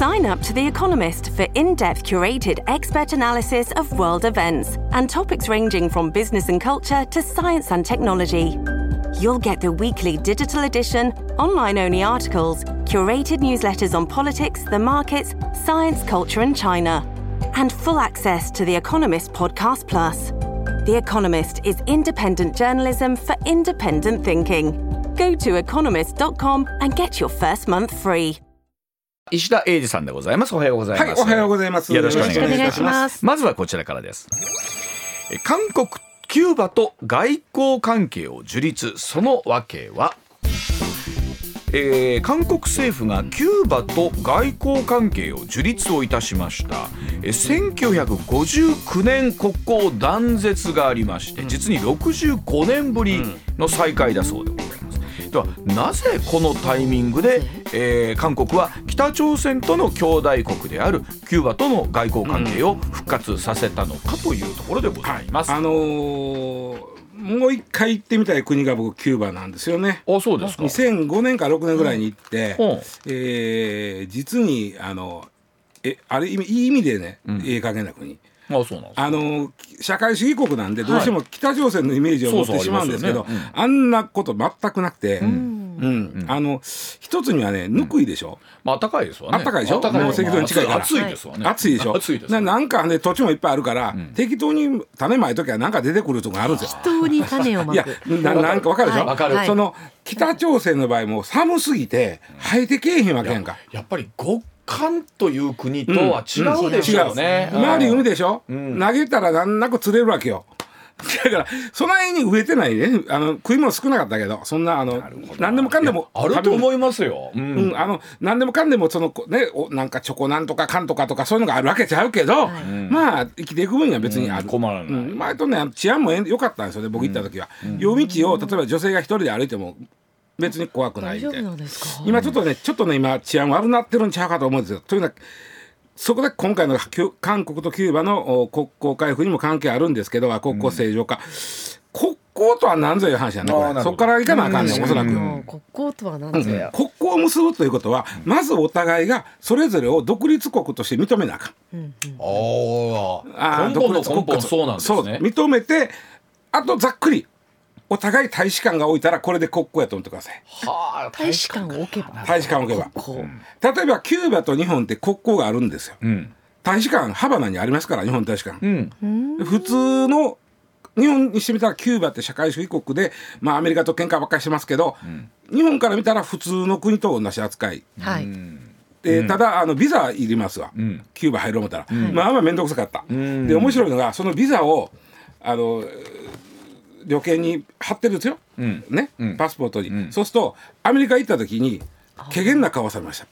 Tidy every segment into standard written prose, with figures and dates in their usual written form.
Sign up to The Economist for in-depth curated expert analysis of world events and topics ranging from business and culture to science and technology. You'll get the weekly digital edition, online-only articles, curated newsletters on politics, the markets, science, culture and China, and full access to The Economist Podcast Plus. The Economist is independent journalism for independent thinking. Go to economist.com and get your first month free. 石田英二さんでございます。おはようございます。 はい、おはようございます。 よろしくお願いしまます。まずはこちらからです。韓国、キューバと外交関係を樹立、その訳は、韓国政府がキューバと外交関係を樹立をいたしました。1959年国交断絶がありまして、実に65年ぶりの再開だそうでございます。ではなぜこのタイミングで、韓国は北朝鮮との兄弟国であるキューバとの外交関係を復活させたのかというところでございます。 もう一回行ってみたい国が僕キューバなんですよね。 あ、そうですか。 2005年か6年ぐらいに行って、実にあれいい意味でね、いい加減な国。 あ、そうなんです。 社会主義国なんでどうしても北朝鮮のイメージを持ってしまうんですけど、あんなこと全くなくて、一つにはね、ぬくいでしょ。 まあ暖かいですわね。 暖かいでしょ。もう赤道に近いから暑いですわね。 暑いでしょ。 暑いです。 なんかね、土地もいっぱいあるから、適当に種まいときはなんか出てくるとこがあるんですよ。 適当に種をまく。 いや、なんかわかるでしょ。 わかる。 その北朝鮮の場合も寒すぎて生えてけえへんわけやんか。 やっぱり極寒という国とは違うでしょうね。 周り海でしょ。投げたらなんなく釣れるわけよ。だからその辺に植えてないね。食い物少なかったけど、そんな何でもかんでもあると思いますよ。 何でもかんでもそのね、なんかチョコなんとかかんとかとかそういうのがあるわけちゃうけど、まあ生きていく分には別にある。 困らない。 前とね、治安も良かったんですよね。僕行った時は夜道を例えば女性が一人で歩いても別に怖くないみたいな。今ちょっとね今治安悪なってるんちゃうかと思うんですよ。というのはそこで今回の韓国とキューバの国交回復にも関係あるんですけど、国交正常化、国交とは何ぞいう話やね。これそこからいかなあかんねん、おそらく。 国交とは何ぞや。 国交を結ぶということは、まずお互いがそれぞれを独立国として認めなあかん。 根本の根本そうなんですね。そう認めて、あとざっくりお互い大使館が置いたらこれで国交やと思ってください。 大使館を置けば。 例えばキューバと日本って国交があるんですよ。大使館ハバナにありますから、日本大使館。普通の日本にしてみたらキューバって社会主義国で、アメリカと喧嘩ばっかりしてますけど、日本から見たら普通の国と同じ扱い。ただビザいりますわ、キューバ入ろう思ったら。まあ面倒くさかった。で面白いのがそのビザを旅券に貼ってるんですよ、パスポートに。そうするとアメリカ行った時に怪げな顔されました。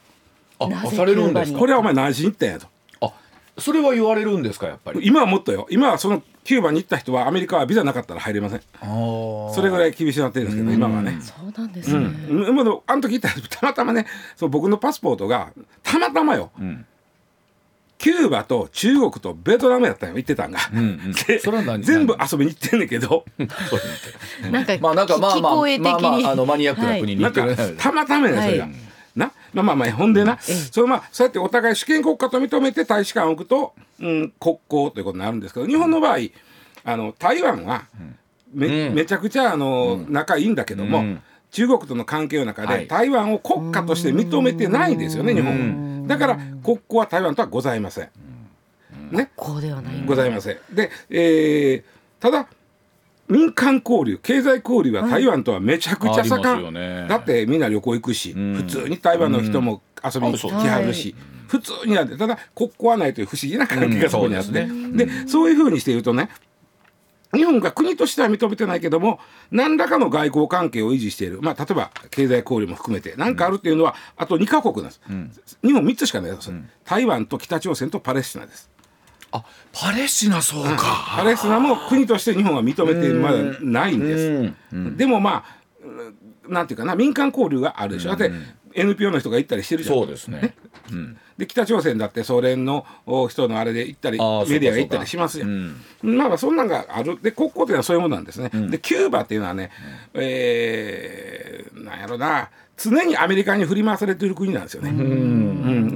されるんですか。 これはお前何しに行ったんやと。 それは言われるんですか。やっぱり今はもっとよ。今はそのキューバに行った人はアメリカはビザなかったら入れません。それぐらい厳しくなってるんですけど、今はね。 そうなんですね。 あの時行ったらたまたまね、僕のパスポートがたまたまよ、キューバと中国とベトナムやったんよ、行ってたんが。全部遊びに行ってんねんけど、 なんか聞こえ的にマニアックな国に行ってる。 たまたまやね、それが。ほんでな、そうやってお互い主権国家と認めて大使館を置くと、国交ということになるんですけど、日本の場合台湾はめちゃくちゃ仲いいんだけども、中国との関係の中で台湾を国家として認めてないですよね、日本は。だから国交は台湾とはございません。 国交ではない。 ございません。で、ただ民間交流、経済交流は台湾とはめちゃくちゃ盛ん。だってみんな旅行行くし、普通に台湾の人も遊びに来はるし、普通にやって、ただ国交はないという不思議な関係がそこにあって、でそういうふうにしているとね、日本が国としては認めてないけども何らかの外交関係を維持している、例えば経済交流も含めて何かあるっていうのはあと2カ国なんです、日本3つしかないです、台湾と北朝鮮とパレスチナです。 パレスチナ、そうか。 パレスチナも国として日本は認めてまだないんです。でもなんていうかな、民間交流があるでしょ。だって NPO の人が行ったりしてるじゃん。 そうですね。 で北朝鮮だってソ連の人のあれで行ったりメディアが行ったりしますよ。そんなんがある。で国交というのはそういうものなんですね。でキューバっていうのはね、なんやろな、常にアメリカに振り回されている国なんですよね。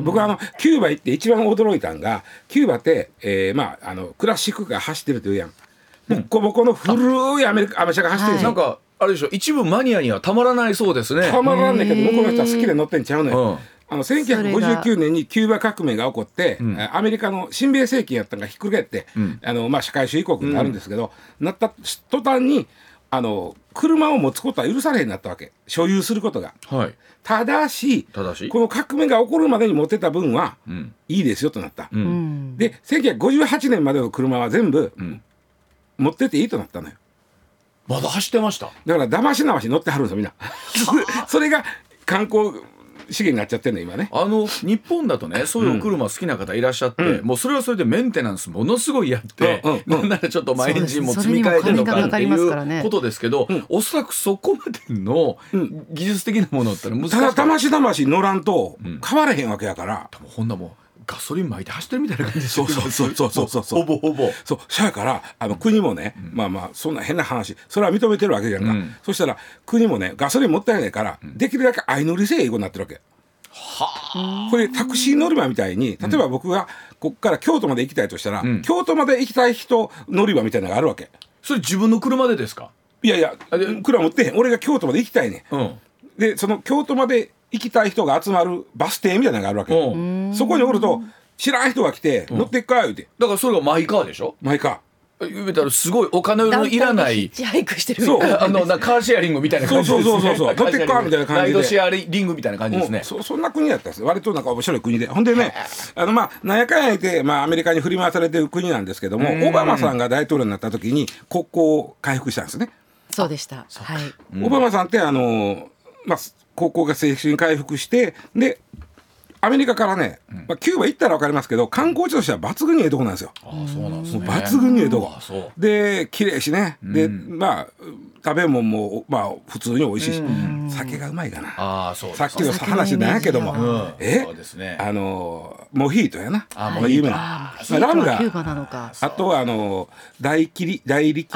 僕はキューバ行って一番驚いたんが、キューバって、クラシックカー走ってるというやん、ボッコボコの古いアメ車が走ってるんですよ、 なんかあれでしょ、一部マニアにはたまらないそうですね。 たまらんねんけど、向こうの人は好きで乗ってんちゃうのよ。1959年にキューバ革命が起こって、アメリカの親米政権やったのがひっくり返って、社会主義国になるんですけど、なった途端に車を持つことは許されへんなったわけ、所有することが、 はい、 ただしこの革命が起こるまでに持ってた分は、いいですよとなった、で1958年までの車は全部、持ってていいとなったのよ。 まだ走ってました。 だからだましなまし乗ってはるんですよみんなそれが観光資源になっちゃってるの今ね。 日本だとね、そういうお車好きな方いらっしゃって、もうそれはそれでメンテナンスものすごいやって、なんならちょっとエンジンも積み替えてとかっていうことですけど、おそらくそこまでの技術的なものって難しい。 ただだましだまし乗らんと変われへんわけやから、 ほんなもうガソリン撒いて走ってるみたいな感じですよ。 そうほぼほぼそうやから国もね、そんな変な話それは認めてるわけじゃんか、そしたら国もねガソリンもったいないから、できるだけ相乗りせえいうことになってるわけ。これタクシー乗り場みたいに、例えば僕がこっから京都まで行きたいとしたら、京都まで行きたい人乗り場みたいなのがあるわけ。 それ自分の車でですか？いや車持ってへん、俺が京都まで行きたいね、でその京都まで行きたい人が集まるバス停みたいなのがあるわけ、そこにおると知らん人が来て、乗ってっか言うて、 だからそれがマイカーでしょ。マイカー言うたらすごいお金のいらないヒッチハイクしてるみたいな、カーシェアリングみたいな感じですね。 そう乗ってっかみたいな感じでライドシェアリングみたいな感じですね。 そんな国やったんです。割となんか面白い国で、ほんでねなんやかんや言って、アメリカに振り回されてる国なんですけども、オバマさんが大統領になった時に国交を回復したんですね。 そうでした、はい、 オバマさんって国交が正式に回復して、でアメリカからね、キューバ行ったら分かりますけど、観光地としては抜群にええとこなんですよ。 そうなんですね。 抜群にええとこで、綺麗しね、で食べ物も普通に美味しいし、酒がうまいかな。さっきの話なんやけども、そうですね、モヒートやな、有名なラムが、あとは大切り、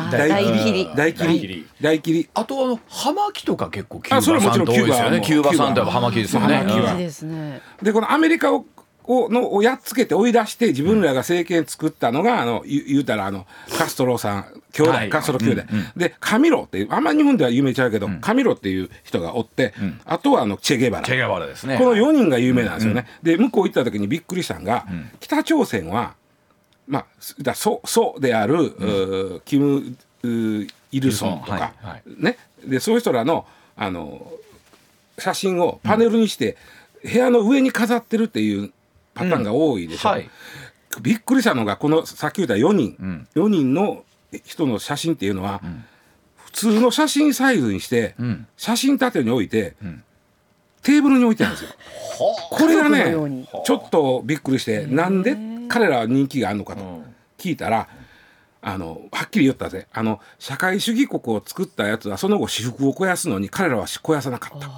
あと葉巻とか結構キューバ産と多いですよね。キューバ産と葉巻ですよね。 でこのアメリカをやっつけて追い出して自分らが政権作ったのが言うたらカストロさん兄弟、カストロ兄弟、でカミロっていう、あんま日本では有名ちゃうけど、カミロっていう人がおって、あとはチェゲバラですね。 この4人が有名なんですよね。で向こう行った時にびっくりしたのが、北朝鮮は祖であるキム・イルソンとかね、でそういう人らの写真をパネルにして部屋の上に飾ってるっていうパターンが多いでしょ、びっくりしたのがこのさっき言った4人の人の写真っていうのは、普通の写真サイズにして、写真立てに置いて、テーブルに置いてあるんですよ。これがねちょっとびっくりして、なんで彼らは人気があるのかと聞いたら、はっきり言ったぜ、社会主義国を作ったやつはその後私腹を肥やすのに彼らは肥やさなかった。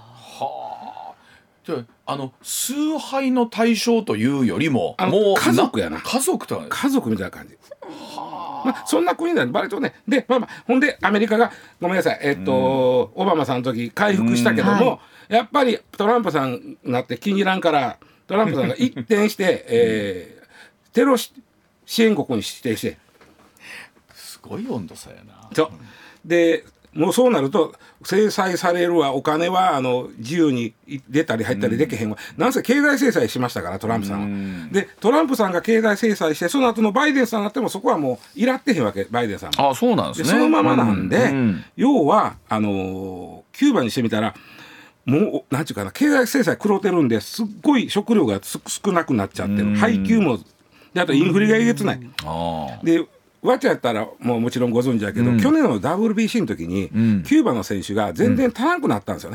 崇拝の対象というよりももう家族やな。 家族みたいな感じ。そんな国なんで割とね。でほんでアメリカがごめんなさい、オバマさんの時回復したけども、やっぱりトランプさんになって気に入らんから、トランプさんが一転して、テロ支援国に指定して、 すごい温度差やな。 でもうそうなると制裁されるわ、お金は自由に出たり入ったりできへんわ、なんせ経済制裁しましたからトランプさんは。でトランプさんが経済制裁して、その後のバイデンさんになってもそこはもういらってへんわけ、バイデンさんも。 そうなんですね。 そのままなんで、要はキューバにしてみたら、もうなんていうかな、経済制裁食ろうてるんで、すっごい食料が少なくなっちゃってる、配給もで、あとインフレがえげつない。でわちゃやったらもちろんご存知だけど、去年の WBC の時に、キューバの選手が全然足らんくなったんですよね。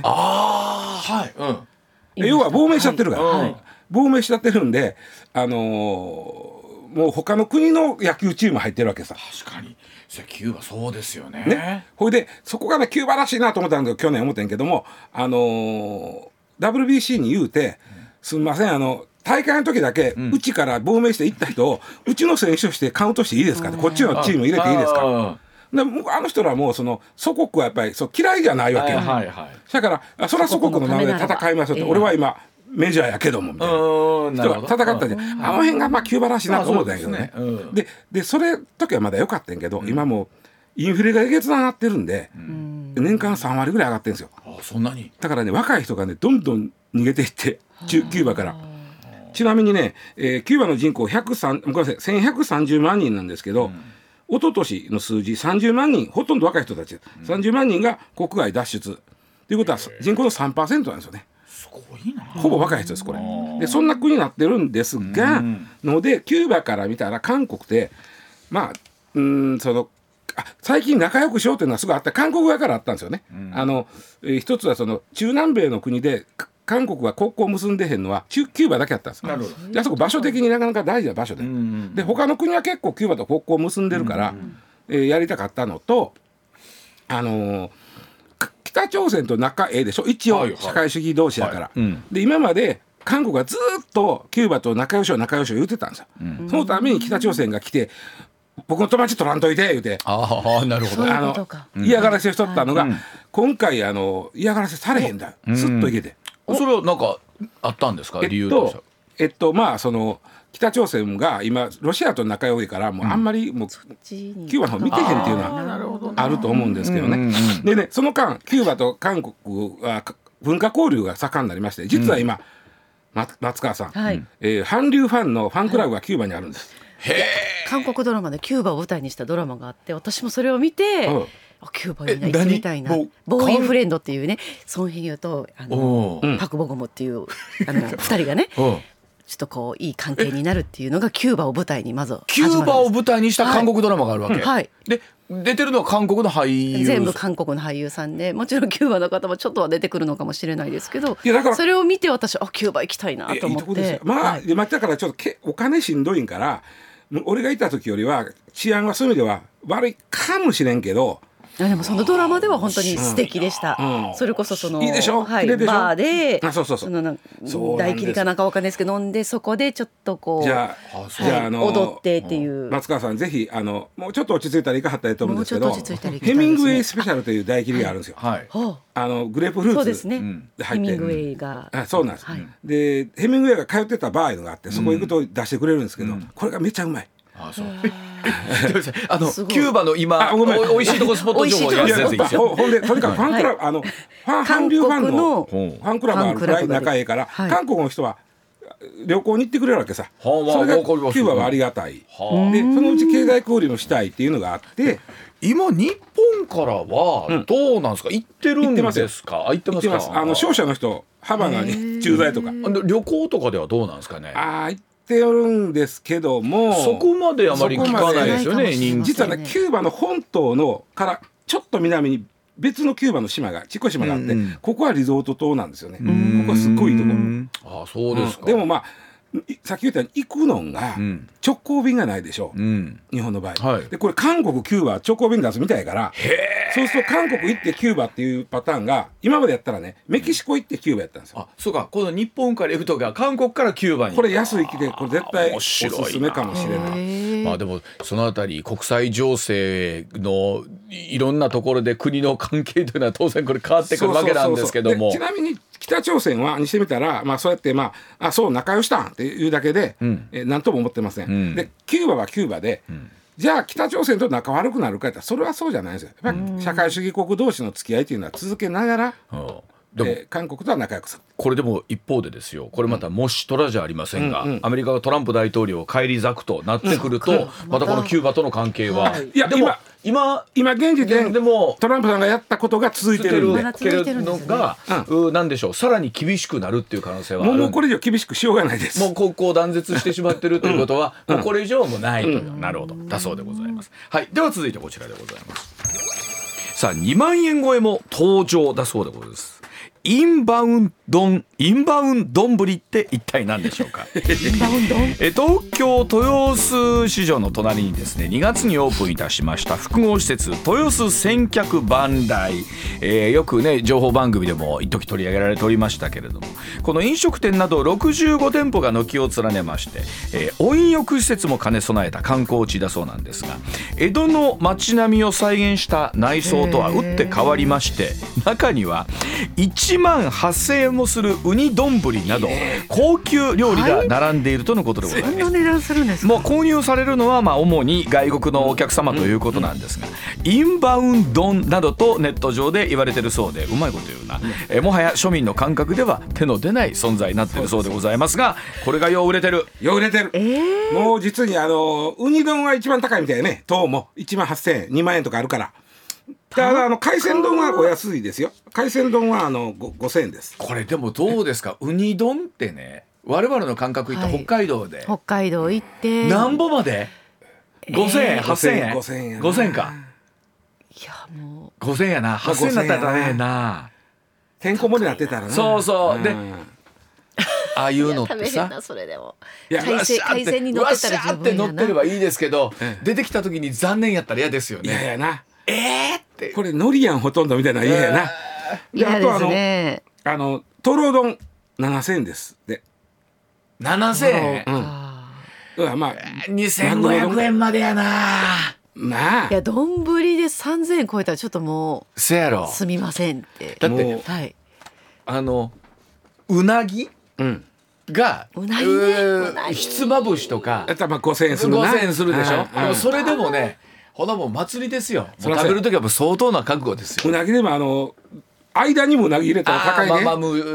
要は亡命しちゃってるから、亡命しちゃってるんで、もう他の国の野球チーム入ってるわけさ。 確かにキューバそうですよね。 ほいでそこがねキューバらしいなと思ったんだけど、去年思ってんけども、WBC に言うて、すみません大会の時だけ、うちから亡命して行った人をうちの選手としてカウントしていいですかって、こっちのチーム入れていいですか。での人らも祖国はやっぱり嫌いじゃないわけよ。だからそれは祖国の名前で戦いますよって、俺は今メジャーやけどもみたいな人が戦ったんで、あの辺がまあキューバらしいなと思ったんやけどね。でそれ時はまだ良かったんやけど、今もうインフレがえげつなってるんで、年間3割ぐらい上がってるんですよ。 そんなに。 だからね、若い人がねどんどん逃げていってキューバから。ちなみにね、キューバの人口1130万人なんですけど、一昨年の数字30万人、ほとんど若い人たち、30万人が国外脱出ということは人口の 3% なんですよね。 すごいな。 ほぼ若い人ですこれ。でそんな国になってるんですが、のでキューバから見たら韓国ってまあ最近仲良くしようというのはすごいあった。韓国側からあったんですよね。一つはその中南米の国で韓国は国交を結んでへんのはキューバだけやったんです。であそこ場所的になかなか大事な場所で、で他の国は結構キューバと国交を結んでるから、やりたかったのと、北朝鮮と仲ええでしょ一応社会主義同士だから、で今まで韓国はずっとキューバと仲良しを言ってたんですよ。そのために北朝鮮が来て僕の友達取らんといて言うて、 なるほど、 嫌がらせしとったのが、今回嫌がらせされへんだ、スッといけて。 それは何かあったんですか、理由としては。 まあその北朝鮮が今ロシアと仲良いからもうあんまりもうキューバの方見てへんっていうのはあると思うんですけどね。でね、その間キューバと韓国は文化交流が盛んになりまして、実は今、松川さん、韓流ファンのファンクラブがキューバにあるんです。 韓国ドラマでキューバを舞台にしたドラマがあって、私もそれを見て、キューバに行ってみたいな。ボーイフレンドっていうね、ソン・ヘギュとパク・ボゴムっていう2人がねちょっとこういい関係になるっていうのがキューバを舞台にまずキューバを舞台にした韓国ドラマがあるわけ。で出てるのは韓国の俳優、 全部韓国の俳優さんで、もちろんキューバの方もちょっとは出てくるのかもしれないですけど、それを見て私キューバ行きたいなと思って。 だからちょっとお金しんどいんから、俺がいた時よりは治安はそういう意味では悪いかもしれんけど、 でもそのドラマでは本当に素敵でした。それこそいいでしょ、 バーで大切りかなんかわかんないですけど飲んで、そこでちょっとこうじゃあ踊ってっていう。 松川さんぜひもうちょっと落ち着いたらいかはったらいいと思うんですけど、ヘミングウェイスペシャルという大切りがあるんですよ。グレープフルーツで入って、ヘミングウェイがそうなんです。でヘミングウェイが通ってたバーがあって、そこ行くと出してくれるんですけど、これがめっちゃうまい。 そうキューバの今おいしいとこスポット情報やるんですよ。 ほんでとにかくファンクラブ韓流ファンのファンクラブあるくらい仲いいから、韓国の人は旅行に行ってくれるわけさ。それがキューバはありがたい。でそのうち経済交流もしたいっていうのがあって、 今日本からはどうなんですか、行ってるんですか。行ってますか。 商社の人ハバナに駐在とか旅行とかではどうなんですかね。 行ってるんですけども、 そこまであまり聞かないですよね。 実はねキューバの本島のからちょっと南に別のキューバの島がちっこい島があって、ここはリゾート島なんですよね。ここはすっごいいいところ。 そうですか。 でもさっき言ったように行くのが直行便がないでしょ、日本の場合、でこれ韓国キューバ直行便出すみたいから、そうすると韓国行ってキューバっていうパターンが今までやったらね、メキシコ行ってキューバやったんですよ。 そうか、この日本から行くとか韓国からキューバに、 これ安い機でこれ絶対おすすめかもしれない。 でもそのあたり国際情勢のいろんなところで国の関係というのは当然これ変わってくるわけなんですけども、 ちなみに北朝鮮はにしてみたら、そうやってそう仲良しだんっていうだけで何とも思ってません。でキューバはキューバで、じゃあ北朝鮮と仲悪くなるかってそれはそうじゃないですよ。やっぱり社会主義国同士の付き合いというのは続けながら、韓国とは仲良くする。 これでも一方でですよ、これまたもしトラじゃありませんが、アメリカがトランプ大統領を返り咲くとなってくると、またこのキューバとの関係は、 でも今現時点でもトランプさんがやったことが続いてるんでけれのが、なんでしょう、さらに厳しくなるっていう可能性はある。 もうこれ以上厳しくしようがないです。 もうここを断絶してしまってるということは、もうこれ以上もないという、なるほどだそうでございます。では続いてこちらでございます。さあ2万円超えも登場だそうでございます。インバウンドンぶりって一体何でしょうか。東京豊洲市場の隣にですね、2月にオープンいたしました複合施設豊洲千客万来、よくね情報番組でも一時取り上げられておりましたけれども、この飲食店など65店舗が軒を連ねまして、温浴施設も兼ね備えた観光地だそうなんですが、江戸の街並みを再現した内装とは打って変わりまして、中には1 1万8000円もするウニ丼など高級料理が並んでいるとのことでございます。 そんな値段するんですか。 もう購入されるのは主に外国のお客様ということなんですが、インバウンドなどとネット上で言われてるそうで、うまいこと言うな、もはや庶民の感覚では手の出ない存在になっているそうでございますが、これがよう売れてる。 もう実にウニ丼は一番高いみたいね。等も1万8000円2万円とかあるから。ただ海鮮丼はお安いですよ。海鮮丼は5000円です。 これでもどうですか、ウニ丼ってね、我々の感覚言った北海道で、 北海道行ってなんぼまで5000円、8000円、5000円か。 いやもう 5000円やな。8000円だったら大変な。 てんこ盛りになってたらな。 そうそう。でああいうのってさ、 それでも海鮮に乗ってたら十分やな。って乗ってればいいですけど、出てきた時に残念やったら嫌ですよね。 嫌やな。 ってこれ海苔やんほとんどみたいな嫌やな。 嫌ですね。 とろ丼7000円ですで。 7000円。 まあ 2500円までやな。 まあいや丼で3000円超えたらちょっともうせやろ、 すみませんって。 だってはいうなぎがひつまぶしとか 5000円するな。 5000円するでしょ。でもそれでもね、ほなもう祭りですよ。もう食べる時はもう相当な覚悟ですよ。 うなぎでも間にもうなぎ入れたら高いね。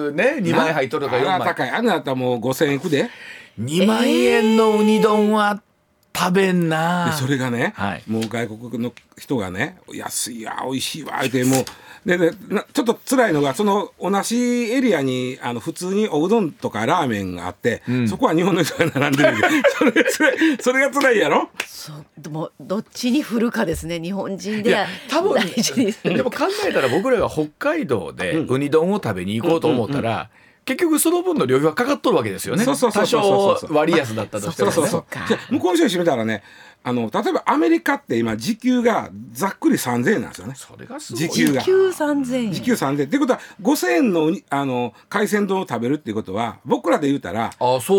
2万円入っとるとか4万円高い。あんなだったらもう5000円いくで。 2万円のウニ丼は食べんな。 それがね、もう外国の人がね、安いわ美味しいわってもうでちょっと辛いのが、その同じエリアに普通におうどんとかラーメンがあって、そこは日本の人が並んでるんでそれが辛いやろ。 そうでもどっちに振るかですね、日本人では多分大事にでも考えたら、僕らが北海道でウニ丼を食べに行こうと思ったら、結局その分の旅費はかかっとるわけですよね。多少割安だったとしてもね。 向こうの人にしてみたらね、例えばアメリカって今時給がざっくり3000円なんですよね。 それがすごい。 時給3000円。 時給3000円っていうことは5000円の海鮮丼を食べるっていうことは、僕らで言うたら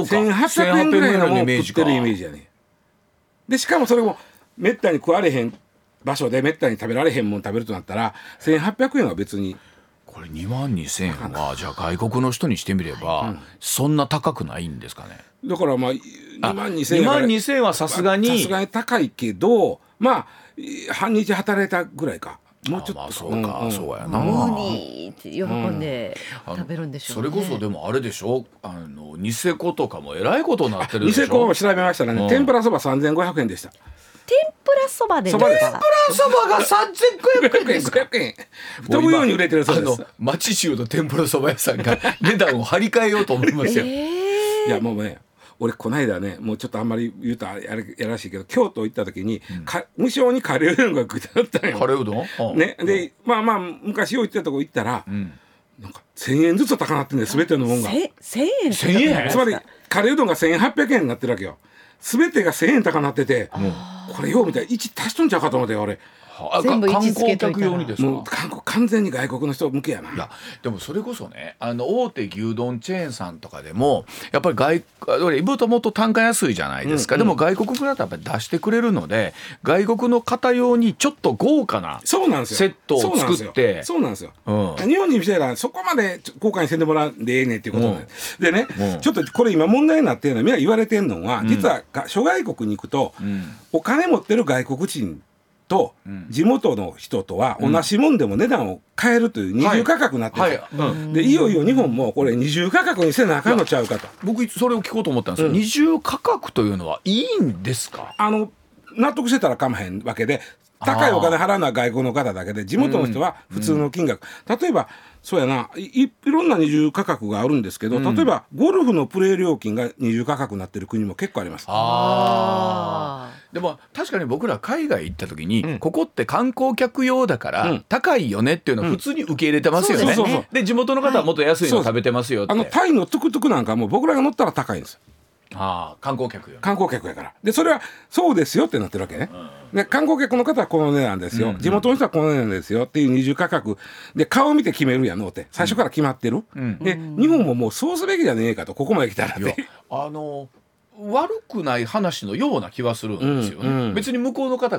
1800円ぐらいのものを食ってるイメージやね。でしかもそれもめったに食われへん場所でめったに食べられへんもの食べるとなったら1800円は別に。 これ2万2000円はじゃあ外国の人にしてみればそんな高くないんですかね。 だから2万2000円はさすがに高いけど、半日働いたぐらいか。もうちょっとそうやな。 ウニって喜んで食べるんでしょうね。 それこそでもあれでしょ、ニセコとかもえらいことになってるでしょ。 ニセコを調べましたらね、天ぷらそば3500円でした。 天ぷらそばで天ぷらそばが3500円 500円飛ぶように売れてるそうです。 町中の天ぷらそば屋さんが値段を張り替えようと思いますよ。 いやもうね、俺こないだね、もうちょっとあんまり言うとやらしいけど、京都行った時に、無性にカレーうどんが食いたかったんよ。 カレーうどんね。で昔よう行ってたとこ行ったら、なんか1000円ずつ高なってんね、全てのもんが。 1000円つまりカレーうどんが1800円になってるわけよ。全てが1000円高なってて、これようみたいな1足しとんちゃうかと思って俺。 全部観光客用にですか。 もう完全に外国の人向けやな。 いやでもそれこそね、大手牛丼チェーンさんとかでもやっぱりもともと単価安いじゃないですか。でも外国からやっぱり出してくれるので、外国の方用にちょっと豪華なセットを作って。 そうなんですよ。日本に見せたらそこまで豪華にせんでもらうんでええねんっていうことでね、ちょっとこれ今問題になってるのはみんな言われてるのは、実は諸外国に行くとお金持ってる外国人と地元の人とは同じもんでも値段を変えるという二重価格になってる。でいよいよ日本もこれ二重価格にせなあかんのちゃうかと。 僕それを聞こうと思ったんですよ。二重価格というのはいいんですか。 納得してたらかまへんわけで、高いお金払うのは外国の方だけで、地元の人は普通の金額。例えばそうやいろんな二重価格があるんですけど、例えばゴルフのプレー料金が二重価格になってる国も結構あります。 でも確かに僕ら海外行った時に、ここって観光客用だから高いよねっていうのを普通に受け入れてますよね。で地元の方はもっと安いの食べてますよって。 タイのトゥクトゥクなんかも僕らが乗ったら高いんです。 観光客よ。 観光客やから。でそれはそうですよってなってるわけね。で観光客の方はこの値段ですよ、地元の人はこの値段ですよっていう二重価格で顔見て決めるやのって最初から決まってる。で日本ももうそうすべきじゃねえかと、ここまで来たらって。 悪くない話のような気はするんですよね。別に向こうの方が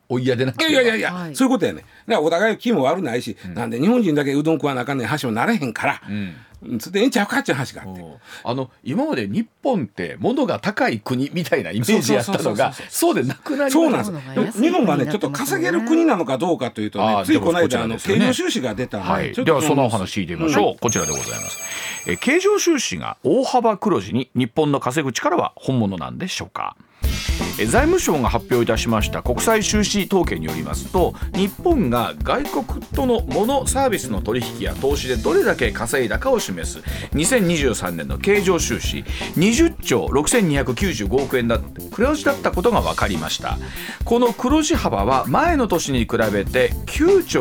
お嫌でなくて、 いや、はい、そういうことやね。だからお互い気も悪ないし、なんで日本人だけうどん食わなあかんねん話もなれへんから、それでええんちゃうかっていう話があって、 今まで日本って物が高い国みたいなイメージやったのがそうでなくなりました。 そうなんです。日本はねちょっと稼げる国なのかどうかというとね、ついこの間経常収支が出たので、 ではそのお話聞いてみましょう。こちらでございます。経常収支が大幅黒字に日本の稼ぐ力は本物なんでしょうか。財務省が発表いたしました国際収支統計によりますと、日本が外国とのモノサービスの取引や投資でどれだけ稼いだかを示す2023年の経常収支20兆6295億円だって黒字だったことが分かりました。この黒字幅は前の年に比べて9兆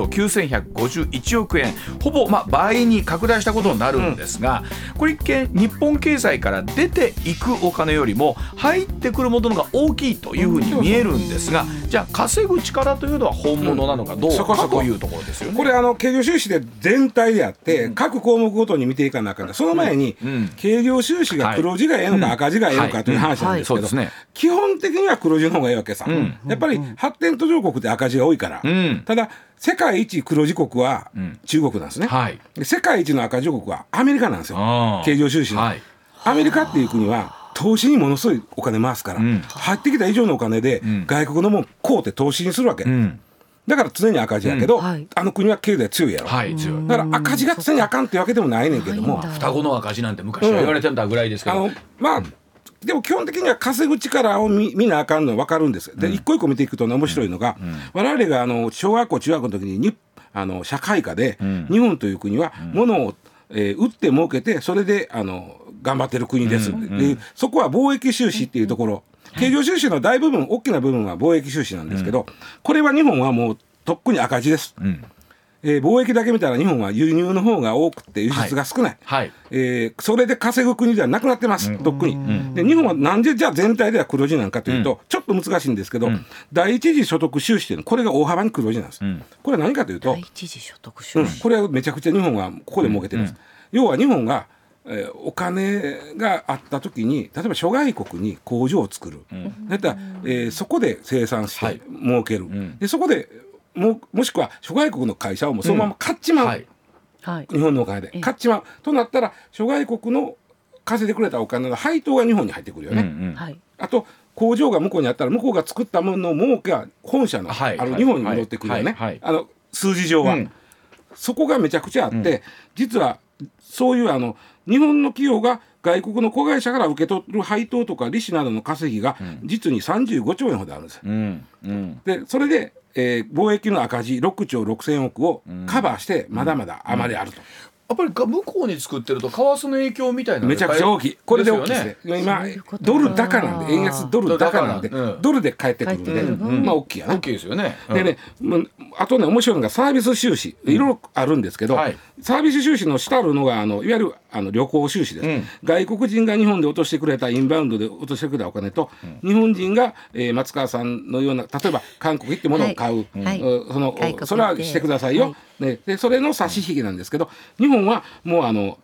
9151億円、ほぼ倍に拡大したことになるんですが、これ一見日本経済から出ていくお金よりも入ってくるものが大きいというふうに見えるんですが、じゃあ稼ぐ力というのは本物なのかどうかというところですよね。 これ経常収支で全体であって、各項目ごとに見ていかなあかん。その前に、経常収支が黒字がええのか赤字がええのかという話なんですけど、基本的には黒字の方がいいわけさ。やっぱり発展途上国って赤字が多いから、ただ世界一黒字国は中国なんですね、世界一の赤字国はアメリカなんですよ。経常収支の、アメリカっていう国は投資にものすごいお金回すから、入ってきた以上のお金で外国のもん買うて投資にするわけ、だから常に赤字やけど、あの国は経済強いやろ、だから赤字が常にあかんってわけでもないねんけども、 双子の赤字なんて昔は言われてたぐらいですけど、 でも基本的には稼ぐ力を見なあかんのは分かるんです。で一個一個見ていくと、ね、面白いのが、我々が小学校中学校の時に社会科で、日本という国は物を、売って儲けてそれで頑張ってる国です、でそこは貿易収支っていうところ、経常収支の大部分大きな部分は貿易収支なんですけど、これは日本はもうとっくに赤字です、貿易だけ見たら日本は輸入の方が多くて輸出が少ない、それで稼ぐ国ではなくなってます、とっくに、で日本はなんでじゃあ全体では黒字なんかというと、ちょっと難しいんですけど、第一次所得収支というのこれが大幅に黒字なんです、これは何かというと、 第一次所得収支、 これはめちゃくちゃ日本はここで儲けてるんです、要は日本がお金があった時に例えば諸外国に工場を作る、だったら、そこで生産して儲ける、でそこでもしくは諸外国の会社をもうそのまま買っちまう、日本のお金で買っちまうとなったら、諸外国の稼いでくれたお金の配当が日本に入ってくるよね、あと工場が向こうにあったら向こうが作ったものの儲けが本社のある日本に戻ってくるよね、数字上は、そこがめちゃくちゃあって、実はそういう日本の企業が外国の子会社から受け取る配当とか利子などの稼ぎが実に35兆円ほどあるんです、でそれで、貿易の赤字6兆6000億をカバーしてまだまだ余りあると、 やっぱり向こうに作ってると為替の影響みたいなのめちゃくちゃ大きい。これで大きいですね。今ドル高なんで、円安ドル高なんで、ドルで返ってくるんで、大きいやな。 大きいですよね。 でね、あとね面白いのがサービス収支、いろいろあるんですけど、サービス収支の下あるのがいわゆる旅行収支です、外国人が日本で落としてくれたインバウンドで落としてくれたお金と、日本人が、松川さんのような例えば韓国行って物を買う、それはしてくださいよ、でそれの差し引きなんですけど、日本はもう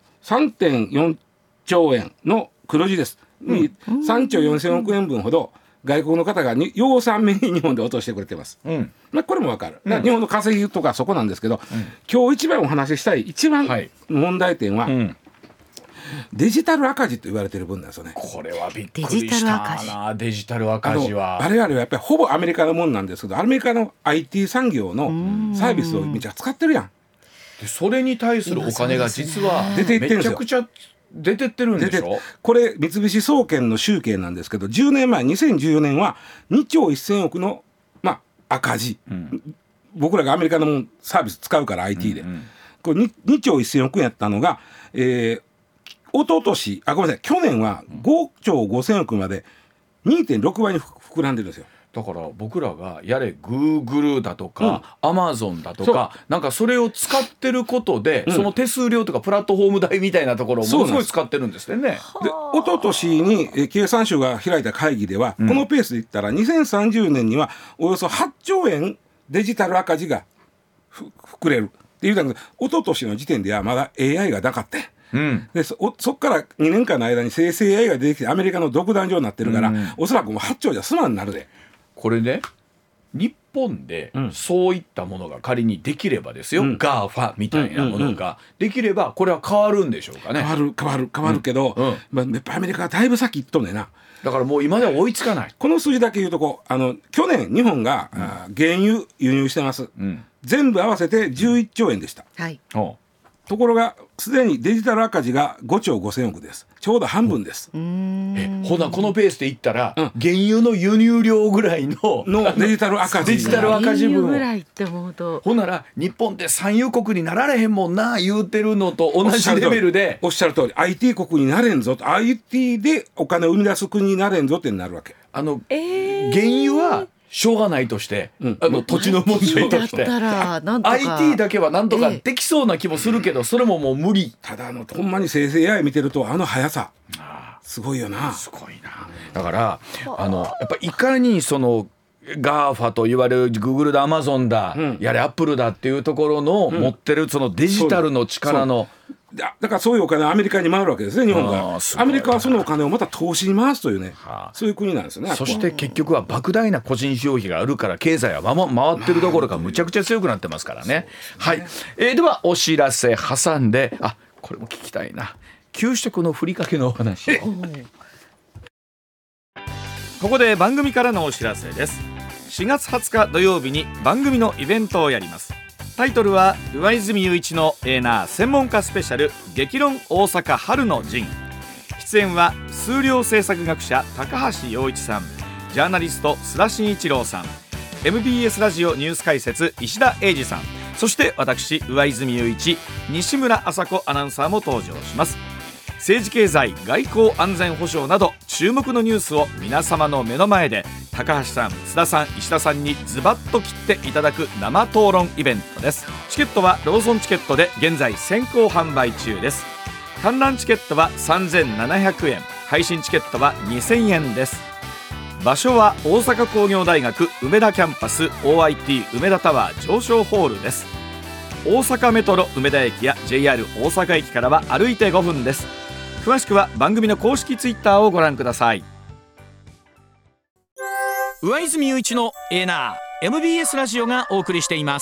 3.4 兆円の黒字です、3兆4000億円分ほど外国の方が養蚕目に日本で落としてくれてます、これも分かる。だから日本の稼ぎとかそこなんですけど、今日一番お話ししたい一番問題点は、デジタル赤字と言われてる分なんですよね。 これはびっくりしたな。デジタル赤字は我々はやっぱりほぼアメリカのもんなんですけど、アメリカの IT 産業のサービスをめちゃ使ってるやん。 でそれに対するお金が実はめちゃくちゃ出てってるんでしょ。 これ三菱総研の集計なんですけど、10年前2014年は2兆1000億の、赤字、僕らがアメリカのサービス使うから IT で、これ 2兆1000億円やったのが、おととしごめんなさい、去年は5兆5000億まで 2.6 倍に膨らんでるんですよ。 だから僕らがやれ Google だとか、Amazon だとかなんかそれを使ってることで、その手数料とかプラットフォーム代みたいなところをものすごい使ってるんですね。でおととしに経産省が開いた会議では、このペースでいったら2030年にはおよそ8兆円デジタル赤字が膨れるっていうだけど、おととしの時点ではまだ AI がなかった。でそっから2年間の間に生成 AI が出てきてアメリカの独壇場になってるから、おそらくもう8兆じゃ済まんなるで。 これね、日本でそういったものが仮にできればですよ、ガーファみたいなものができればこれは変わるんでしょうかね。 変わるけど、やっぱアメリカはだいぶ先行っとんねんな。 だからもう今では追いつかない。 この数字だけ言うと去年日本が、原油輸入してます、全部合わせて11兆円でした、 はい、 ところがすでにデジタル赤字が5兆5000億です。ちょうど半分です。 ほなこのペースでいったら、原油の輸入量ぐらいのデジタル赤字分ぐらいって思うと、 ほなら日本って産油国になられへんもんな言うてるのと同じレベルで、 おっしゃる通り IT 国になれんぞと、 IT でお金を生み出す国になれんぞってなるわけ。 原油はしょうがないとして、土地の問題として IT だけはなんとかできそうな気もするけど、それももう無理。 ただほんまに生成 AI 見てると速さすごいよな。 すごいな。だからやっぱいかにそのガーファと言われる Google だ Amazon だ、やれ Apple だっていうところの持ってるそのデジタルの力の、 だからそういうお金はアメリカに回るわけですね、日本が。アメリカはそのお金をまた投資に回すというね、そういう国なんですよね。 そして結局は莫大な個人消費があるから経済は回ってるどころかむちゃくちゃ強くなってますからね。はい、ではお知らせ挟んで、これも聞きたいな、給食のふりかけのお話ここで番組からのお知らせです。4月20日土曜日に番組のイベントをやります。タイトルは上泉雄一のエーナー専門家スペシャル激論大阪春の陣。出演は数量政策学者高橋洋一さん、ジャーナリスト須田慎一郎さん、 MBS ラジオニュース解説石田英二さん、そして私上泉雄一、西村麻子アナウンサーも登場します。政治経済外交安全保障など注目のニュースを皆様の目の前で高橋さん、須田さん、石田さんにズバッと切っていただく生討論イベントです。チケットはローソンチケットで現在先行販売中です。観覧チケットは3700円、配信チケットは2000円です。場所は大阪工業大学梅田キャンパス OIT 梅田タワー上昇ホールです。大阪メトロ梅田駅や JR 大阪駅からは歩いて5分です。詳しくは番組の公式ツイッターをご覧ください。上泉雄一のエーナー MBS ラジオがお送りしています。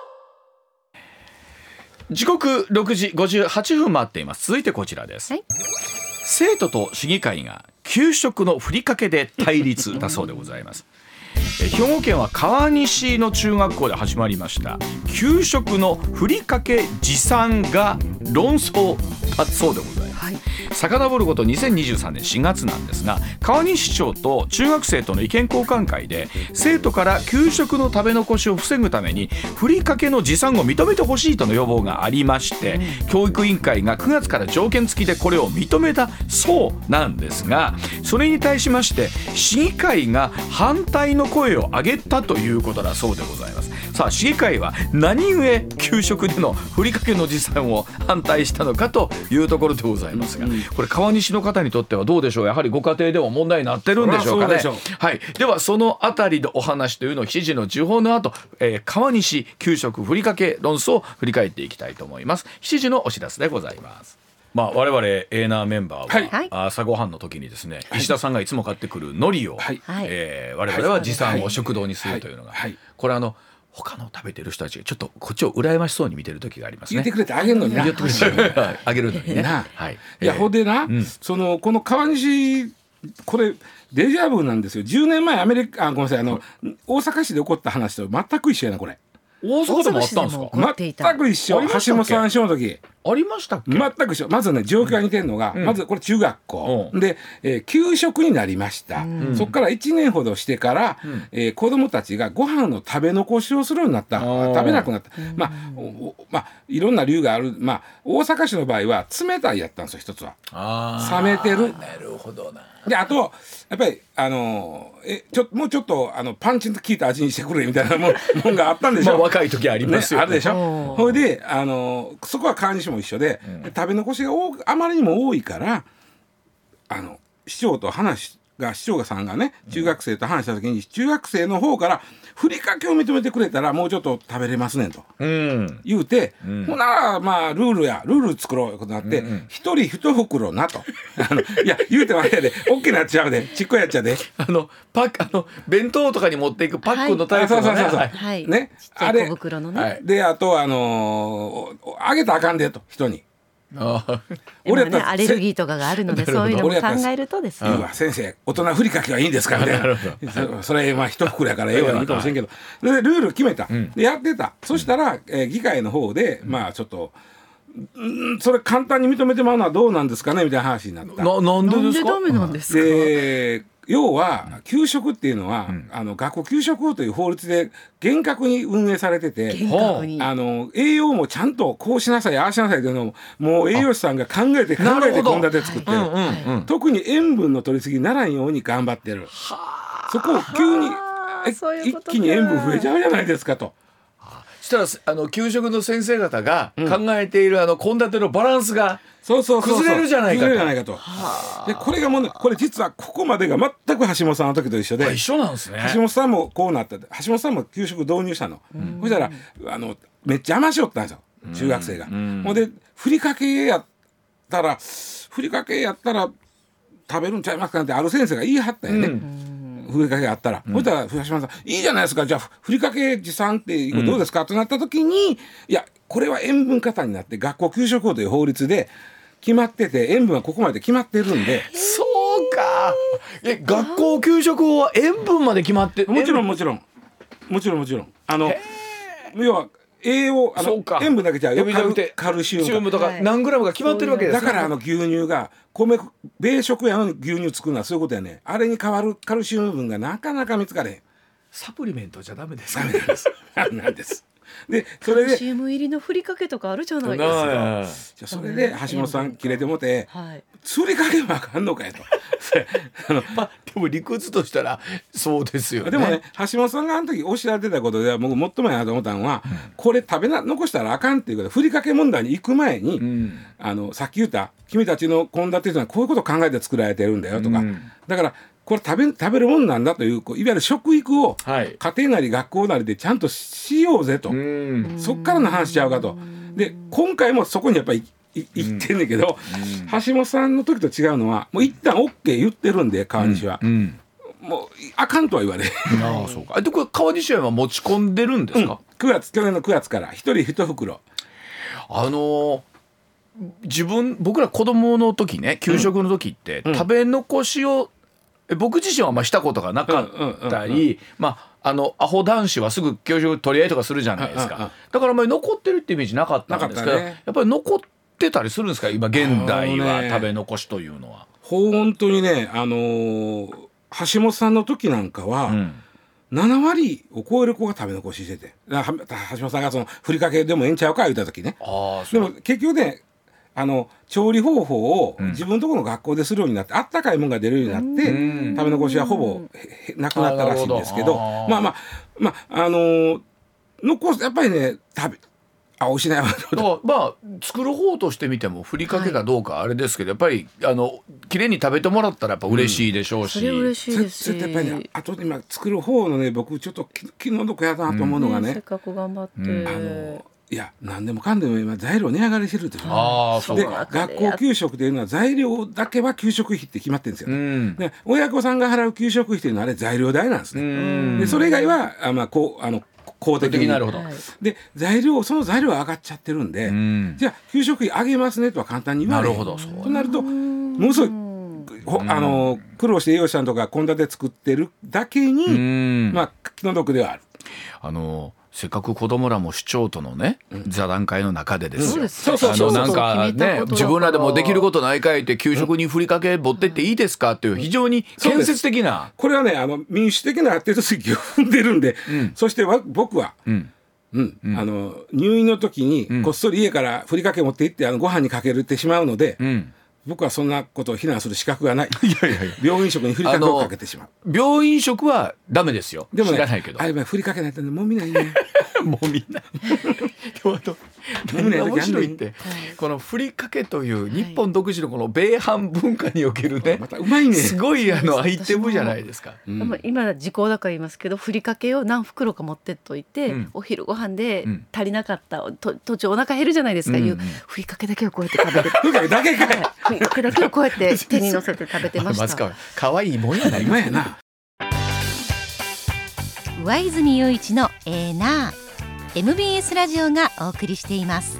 時刻6時58分回っています。続いてこちらです、生徒と市議会が給食のふりかけで対立だそうでございます兵庫県は川西の中学校で始まりました給食のふりかけ持参が論争だそうでございます。遡ること2023年4月なんですが、川西市長と中学生との意見交換会で生徒から給食の食べ残しを防ぐためにふりかけの持参を認めてほしいとの要望がありまして、教育委員会が9月から条件付きでこれを認めたそうなんですが、それに対しまして市議会が反対の声を上げたということだそうでございます。さあ市議会は何故給食でのふりかけの持参を反対したのかというところでございますが、これ川西の方にとってはどうでしょう。やはりご家庭でも問題になってるんでしょうかね。はい、ではそのあたりのお話というのを7時の時報の後、川西給食ふりかけ論争を振り返っていきたいと思います。7時のお知らせでございます。我々エーナーメンバーは、朝ごはんの時にですね、石田さんがいつも買ってくる海苔を、我々は持参を食堂にするというのが、これ他の食べてる人たちがちょっとこっちを羨ましそうに見てる時がありますね。 言ってくれてあげるのにな。 言ってくれてあげるのにね。 いやほんでな、この川西これデジャブなんですよ。10年前ごめんなさい大阪市で起こった話と全く一緒やなこれ。 大阪でもあったんですか。 全く一緒。橋本さん師匠の時ありましたっけ。 全く一緒。まずね状況が似てるのが、まずこれ中学校、で、給食になりました、そこから1年ほどしてから、子どもたちがご飯の食べ残しをするようになった。食べなくなった。いろんな理由がある。大阪市の場合は冷たいやったんですよ一つは。冷めてる。 なるほどな。 であとやっぱりもうちょっとパンチの効いた味にしてくれみたいなもんがあったんでしょ。 若い時ありますよね。 あるでしょ。それでそこは川西も一緒で、食べ残しがあまりにも多いから市長と話市長さんがね中学生と話した時に、中学生の方からふりかけを認めてくれたらもうちょっと食べれますねんと、言うて、ほならまあルール作ろういうことになって、一人一袋なといや言うてもあれやで大きなっちゃうでちっこいやっちゃうで弁当とかに持っていくパックのタイプのね、 はいね、 ちっちゃい小袋のね、 であとあげたらあかんでと人に。 俺ねアレルギーとかがあるのでそういうのも考えるとですね、 先生大人ふりかけはいいんですかみたいなそれまあ一袋やからええわいいかもしれんけど、でルール決めた、でやってた。そしたら、議会の方でまあちょっとそれ簡単に認めてもらうのはどうなんですかねみたいな話になった。 なんでですか？ なんでダメなんですか？ で要は給食っていうのは、学校給食法という法律で厳格に運営されてて、栄養もちゃんとこうしなさいああしなさいというのをもう栄養士さんが考えて献立作ってる、特に塩分の取りすぎにならんように頑張ってる。そこを急に一気に塩分増えちゃうじゃないですかと。 そしたら給食の先生方が考えている献立のバランスが崩れるじゃないかと。 でこれがこれ実はここまでが全く橋本さんの時と一緒で、 一緒なんですね。 橋本さんもこうなった。橋本さんも給食導入したの。そしたらめっちゃ甘しよったんですよ中学生が。ほんでふりかけやったら食べるんちゃいますかってある先生が言い張ったよね。ふりかけがあったら、そしたら橋本さんいいじゃないですか、じゃあふりかけ持参ってどうですか、となった時に、いやこれは塩分過多になって学校給食法という法律で決まってて、塩分はここまで決まってるんで。 そうか。学校給食法は塩分まで決まって、 もちろん要は栄養塩分だけじゃカルシウムとか何グラムが決まってるわけです。 だから牛乳が米食やのに牛乳作るのはそういうことやね。あれに代わるカルシウム分がなかなか見つかれへん。 サプリメントじゃダメですか？ なんです。でそれでカルシウム入りのふりかけとかあるじゃないですか。 じゃそれで橋本さん切れてもて、ふりかけもあかんのかよとでも理屈としたらそうですよね。 でもね橋本さんがあの時おっしゃってたことで僕最もやなと思ったのは、これ残したらあかんっていうことで、ふりかけ問題に行く前に、さっき言った君たちの献立というのはこういうことを考えて作られてるんだよとか、だからこれ食べるもんなんだという、いわゆる食育を家庭なり学校なりでちゃんとしようぜと、そっからの話しちゃうかと。で今回もそこにやっぱり言ってんねんけど、橋本さんの時と違うのはもう一旦 OK 言ってるんで川西は、もうあかんとは言われそうか。でこれ川西は持ち込んでるんですか？ 去年の9月から一人一袋。 僕ら子供の時ね、給食の時って食べ残しを僕自身はまあしたことがなかったり、アホ男子はすぐ給食取り合いとかするじゃないですか。だから残ってるってイメージなかったんですけど、やっぱり残ってたりするんですか今現代は食べ残しというのは。 本当にね橋本さんの時なんかは、7割を超える子が食べ残ししてて、橋本さんがふりかけでもええんちゃうか言った時ね。でも結局ね調理方法を自分のところの学校でするようになって、あったかいものが出るようになって、食べ残しはほぼなくなったらしいんですけど、やっぱりねおいしない作る方としてみてもふりかけがどうかあれですけど、やっぱりきれいに食べてもらったらやっぱ嬉しいでしょうし、 それ嬉しいですし、 やっぱりね、あと今作る方のね僕ちょっと気の毒やなと思うのがね、 せっかく頑張って、 いや何でもかんでも今材料値上がりしてるでしょ。で学校給食というのは材料だけは給食費って決まってるんですよ。で親御さんが払う給食費というのはあれ材料代なんですね。でそれ以外は公的に。でその材料が上がっちゃってるんで、じゃあ給食費上げますねとは簡単に言われる。となるとものすごい苦労して栄養士さんとか献立作ってるだけに気の毒ではある。 せっかく子供らも市長とのね、座談会の中でですよ、 なんかね自分らでもできることないかいって給食にふりかけ持ってっていいですかっていう非常に建設的な、 これはね民主的な手続きを踏んでるんで、そして僕は、入院の時にこっそり家からふりかけ持って行ってご飯にかけるってしまうので、僕はそんなことを非難する資格がない。病院食にふりかけをかけてしまう。 病院食はダメですよ。 でもね、 知らないけどふりかけないともう見ないね。 もうみんな何が面白いって、このふりかけという日本独自のこの米飯文化におけるね、 またうまいね、 すごいアイテムじゃないですか。 今時効だから言いますけど、ふりかけを何袋か持ってっといて、お昼ご飯で足りなかった途中お腹減るじゃないですか、いうふりかけだけをこうやって食べてふりかけだけかい、ふりかけだけをこうやって手に乗せて食べてました。 かわいいもんやない。 うまいな。 上泉雄一のな MBS ラジオがお送りしています。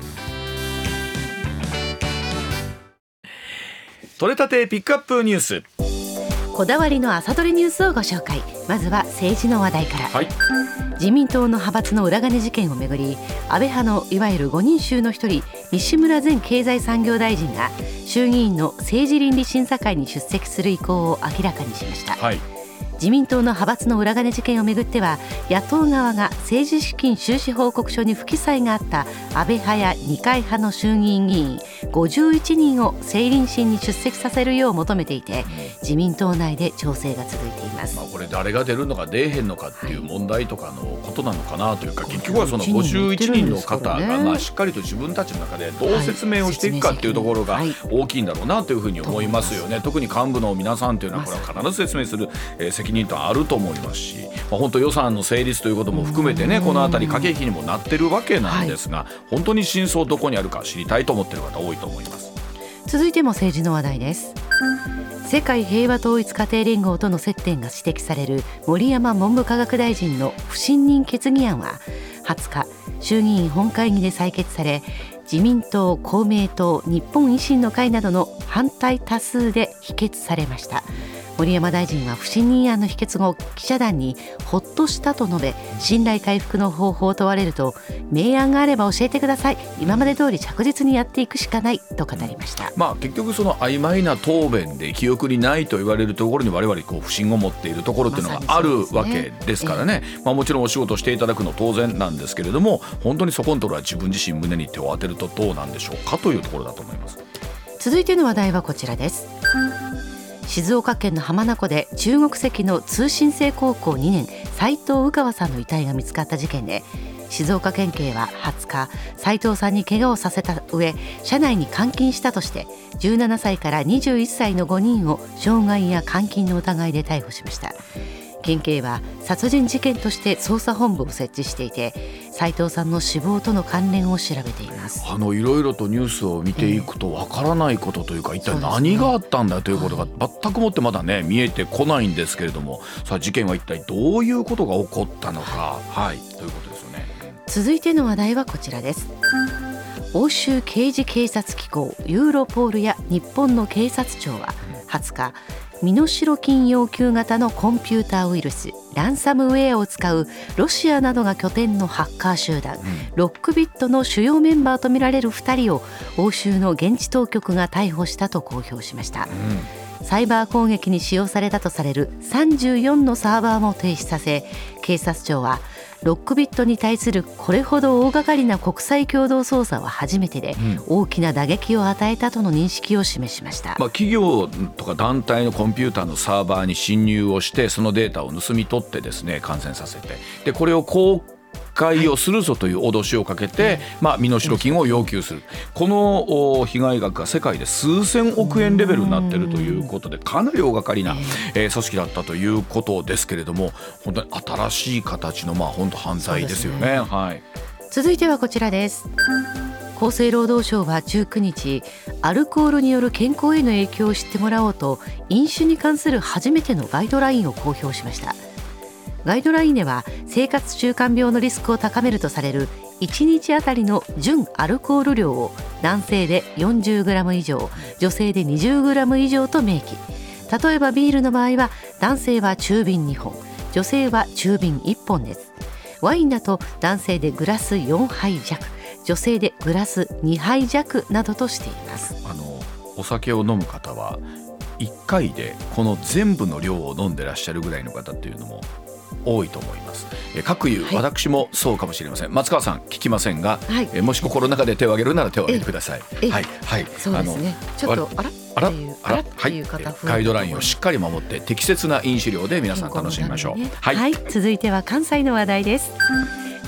取れたてピックアップニュース、 こだわりの朝どれニュースをご紹介。まずは政治の話題から、はい、自民党の派閥の裏金事件をめぐり、安倍派のいわゆる5人衆の一人西村前経済産業大臣が衆議院の政治倫理審査会に出席する意向を明らかにしました。はい、自民党の派閥の裏金事件をめぐっては、野党側が政治資金収支報告書に不記載があった安倍派や二階派の衆議院議員51人を政倫審に出席させるよう求めていて、自民党内で調整が続いています。 これ誰が出るのか出えへんのかっていう問題とかのことなのかなというか、結局はその51人の方がしっかりと自分たちの中でどう説明をしていくかっていうところが大きいんだろうなというふうに思いますよね。特に幹部の皆さんというのはこれは必ず説明する責任とあると思いますし、本当予算の成立ということも含めてね、このあたり駆け引きにもなってるわけなんですが、本当に真相どこにあるか知りたいと思っている方多いと思います。 続いても政治の話題です。世界平和統一家庭連合との接点が指摘される森山文部科学大臣の不信任決議案は20日衆議院本会議で採決され、自民党、公明党、日本維新の会などの反対多数で否決されました。森山大臣は不信任案の否決後、記者団にほっとしたと述べ、信頼回復の方法を問われると、明暗があれば教えてください、今まで通り着実にやっていくしかないと語りました。 結局その曖昧な答弁で記憶にないと言われるところに我々不信を持っているところっていうのがあるわけですからね、もちろんお仕事していただくの当然なんですけれども、本当にそこのところは自分自身胸に手を当てるとどうなんでしょうかというところだと思います。 続いての話題はこちらです。静岡県の浜名湖で中国籍の通信制高校2年斉藤宇川さんの遺体が見つかった事件で、静岡県警は20日、斉藤さんに怪我をさせた上、車内に監禁したとして17歳から21歳の5人を傷害や監禁の疑いで逮捕しました。県警は殺人事件として捜査本部を設置していて、斉藤さんの死亡との関連を調べています。 いろいろとニュースを見ていくとわからないことというか、一体何があったんだということが全くもってまだね見えてこないんですけれども、さあ事件は一体どういうことが起こったのか、ということですよね。 続いての話題はこちらです。欧州刑事警察機構ユーロポールや日本の警察庁は20日、身代金要求型のコンピューターウイルスランサムウェアを使うロシアなどが拠点のハッカー集団、ロックビットの主要メンバーとみられる2人を欧州の現地当局が逮捕したと公表しました。サイバー攻撃に使用されたとされる34のサーバーも停止させ、警察庁はロックビットに対するこれほど大掛かりな国際共同捜査は初めてで、大きな打撃を与えたとの認識を示しました。 企業とか団体のコンピューターのサーバーに侵入をして、そのデータを盗み取ってですね、感染させて、でこれを公開をするぞという脅しをかけて、身代金を要求する。この被害額が世界で数千億円レベルになっているということで、かなり大掛かりな組織だったということですけれども、本当に新しい形の本当犯罪ですよね。 続いてはこちらです。厚生労働省は19日、アルコールによる健康への影響を知ってもらおうと、飲酒に関する初めてのガイドラインを公表しました。ガイドラインでは、生活習慣病のリスクを高めるとされる1日あたりの純アルコール量を男性で 40g 以上、女性で 20g 以上と明記。例えばビールの場合は、男性は中瓶2本、女性は中瓶1本です。ワインだと男性でグラス4杯弱、女性でグラス2杯弱などとしています。 お酒を飲む方は1回でこの全部の量を飲んでらっしゃるぐらいの方っていうのも多いと思います。各有、私もそうかもしれません。松川さん聞きませんが、もし心の中で手を挙げるなら手を挙げてください。 そうですね。ちょっとあらっていう方、 ガイドラインをしっかり守って適切な飲酒量で皆さん楽しみましょう。 続いては関西の話題です。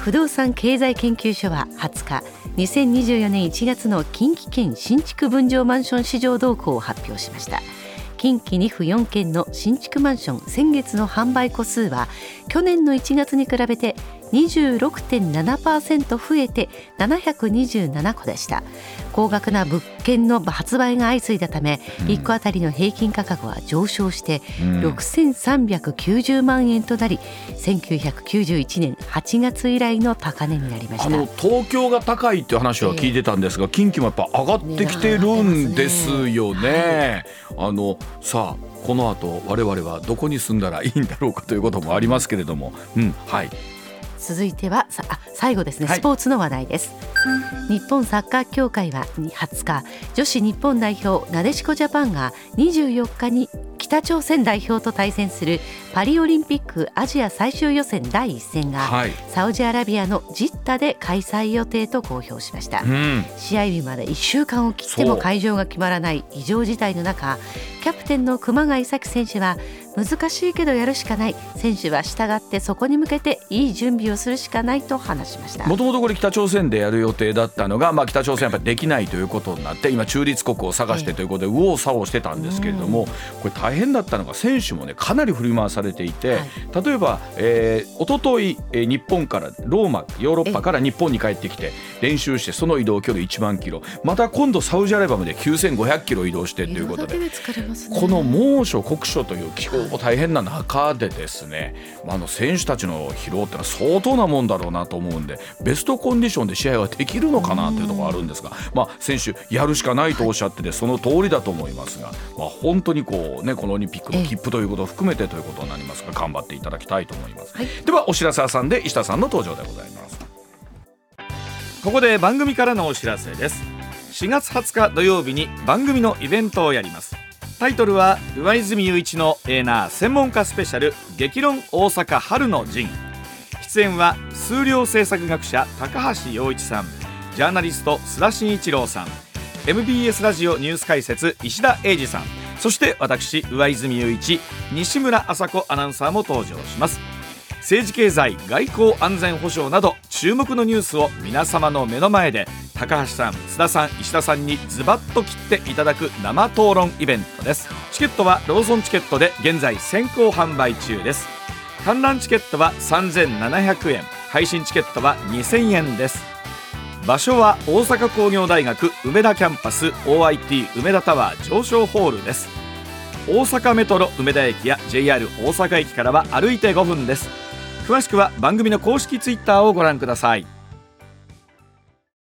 不動産経済研究所は20日、2024年1月の近畿圏新築分譲マンション市場動向を発表しました。近畿2府4県の新築マンション先月の販売戸数は去年の1月に比べて 26.7% 増えて727戸でした。高額な物件の発売が相次いだため、1戸あたりの平均価格は上昇して6390万円となり、1991年8月以来の高値になりました。 東京が高いっていう話は聞いてたんですが、近畿もやっぱ上がってきてるんですよね。さあこの後我々はどこに住んだらいいんだろうかということもありますけれども、はい。 続いては最後ですね、スポーツの話題です。日本サッカー協会は20日、女子日本代表なでしこジャパンが24日に北朝鮮代表と対戦するパリオリンピックアジア最終予選第1戦が、サウジアラビアのジッダで開催予定と公表しました。試合日まで1週間を切っても会場が決まらない異常事態の中、キャプテンの熊谷紗希選手は、難しいけどやるしかない、選手は従ってそこに向けていい準備をするしかないと話しました。 もともとこれ北朝鮮でやる予定だったのが、北朝鮮やっぱりできないということになって、今中立国を探してということで右往左往してたんですけれども、これ大変だったのが選手もねかなり振り回されていて、例えば、一昨日日本からローマ、ヨーロッパから日本に帰ってきて練習して、その移動距離1万キロ、また今度サウジアラビアまで9500キロ移動してということで、この猛暑酷暑という気候大変な中でですね、選手たちの疲労ってのは相当なもんだろうなと思うんで、ベストコンディションで試合はできるのかなというところがあるんですが、選手やるしかないとおっしゃってて、その通りだと思いますが、本当にこのオリンピックの切符ということを含めてということになりますが、頑張っていただきたいと思います。ではお知らせ挟んで石田さんの登場でございます。ここで番組からのお知らせです。4月20日土曜日に番組のイベントをやります。タイトルは上泉雄一のエーナー専門家スペシャル激論大阪春の陣。出演は数量政策学者高橋洋一さん、ジャーナリスト須田慎一郎さん、 MBS ラジオニュース解説石田英二さん、そして私上泉雄一、西村麻子アナウンサーも登場します。政治経済外交安全保障など注目のニュースを皆様の目の前で高橋さん、須田さん、石田さんにズバッと切っていただく生討論イベントです。チケットはローソンチケットで現在先行販売中です。観覧チケットは3700円、配信チケットは2000円です。場所は大阪工業大学梅田キャンパス OIT 梅田タワー上昇ホールです。大阪メトロ梅田駅や JR 大阪駅からは歩いて5分です。詳しくは番組の公式ツイッターをご覧ください。